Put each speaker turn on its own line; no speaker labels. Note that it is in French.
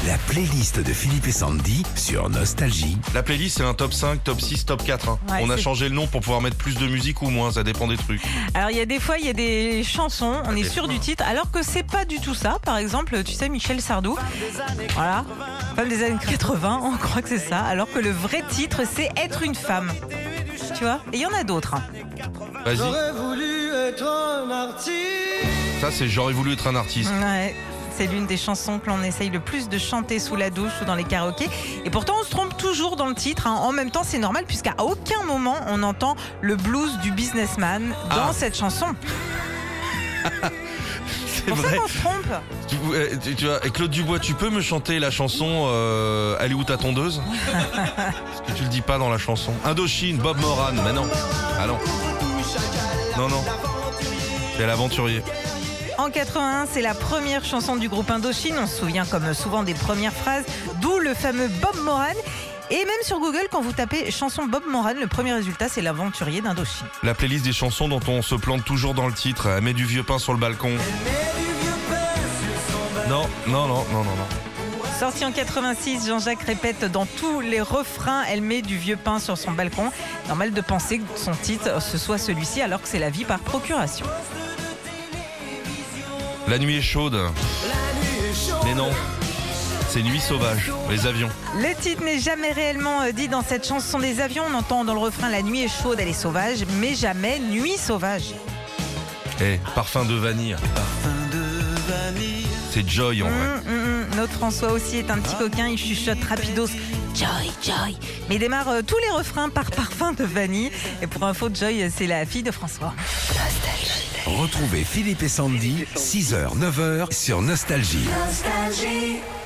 La playlist de Philippe et Sandy sur Nostalgie.
La playlist, c'est un top 5, top 6, top 4.
Ouais,
On a
c'est-
changé le nom pour pouvoir mettre plus de musique ou moins, ça dépend des trucs.
Alors il y a des fois, il y a des chansons, on est
des
sûr
fois.
du titre, alors que c'est pas du tout ça. Par exemple, tu sais, Michel Sardou, voilà, femme des années 80, on croit que c'est ça, alors que le vrai titre, c'est Être une femme. Tu vois. Et il y en a d'autres.
Vas-y,
J'aurais voulu être un artiste.
ça c'est J'aurais voulu être un artiste.
Ouais. C'est l'une des chansons que l'on essaye le plus de chanter sous la douche ou dans les karaokés. Et pourtant, on se trompe toujours dans le titre. En même temps, c'est normal puisqu'à aucun moment, on entend le blues du businessman dans cette chanson.
C'est
Pour ça
vrai.
qu'on se trompe.
Tu vois, et Claude Dubois, tu peux me chanter la chanson Elle est où ta tondeuse? Parce que tu le dis pas dans la chanson. Indochine, Bob Moran, mais non. Ah non. Non. C'est l'aventurier.
En 81, c'est la première chanson du groupe Indochine. On se souvient comme souvent des premières phrases, d'où le fameux Bob Moran. Et même sur Google, quand vous tapez chanson Bob Moran, le premier résultat, c'est l'aventurier d'Indochine.
La playlist des chansons dont on se plante toujours dans le titre. Elle met du vieux pain sur le balcon. Non.
Sorti en 86, Jean-Jacques répète dans tous les refrains, elle met du vieux pain sur son balcon. Normal de penser que son titre, ce soit celui-ci, alors que c'est la vie par procuration.
La nuit est chaude. Mais non. C'est Nuit sauvage, les avions.
Le titre n'est jamais réellement dit dans cette chanson des avions. On entend dans le refrain, la nuit est chaude, elle est sauvage, mais jamais nuit sauvage.
Parfum de vanille. C'est Joy en vrai.
Notre François aussi est un petit coquin, il chuchote rapidos Joy, Joy. Mais il démarre tous les refrains par parfum de vanille. Et pour info, Joy, c'est la fille de François.
Retrouvez Philippe et Sandy, 6h, 9h sur Nostalgie.
Nostalgie.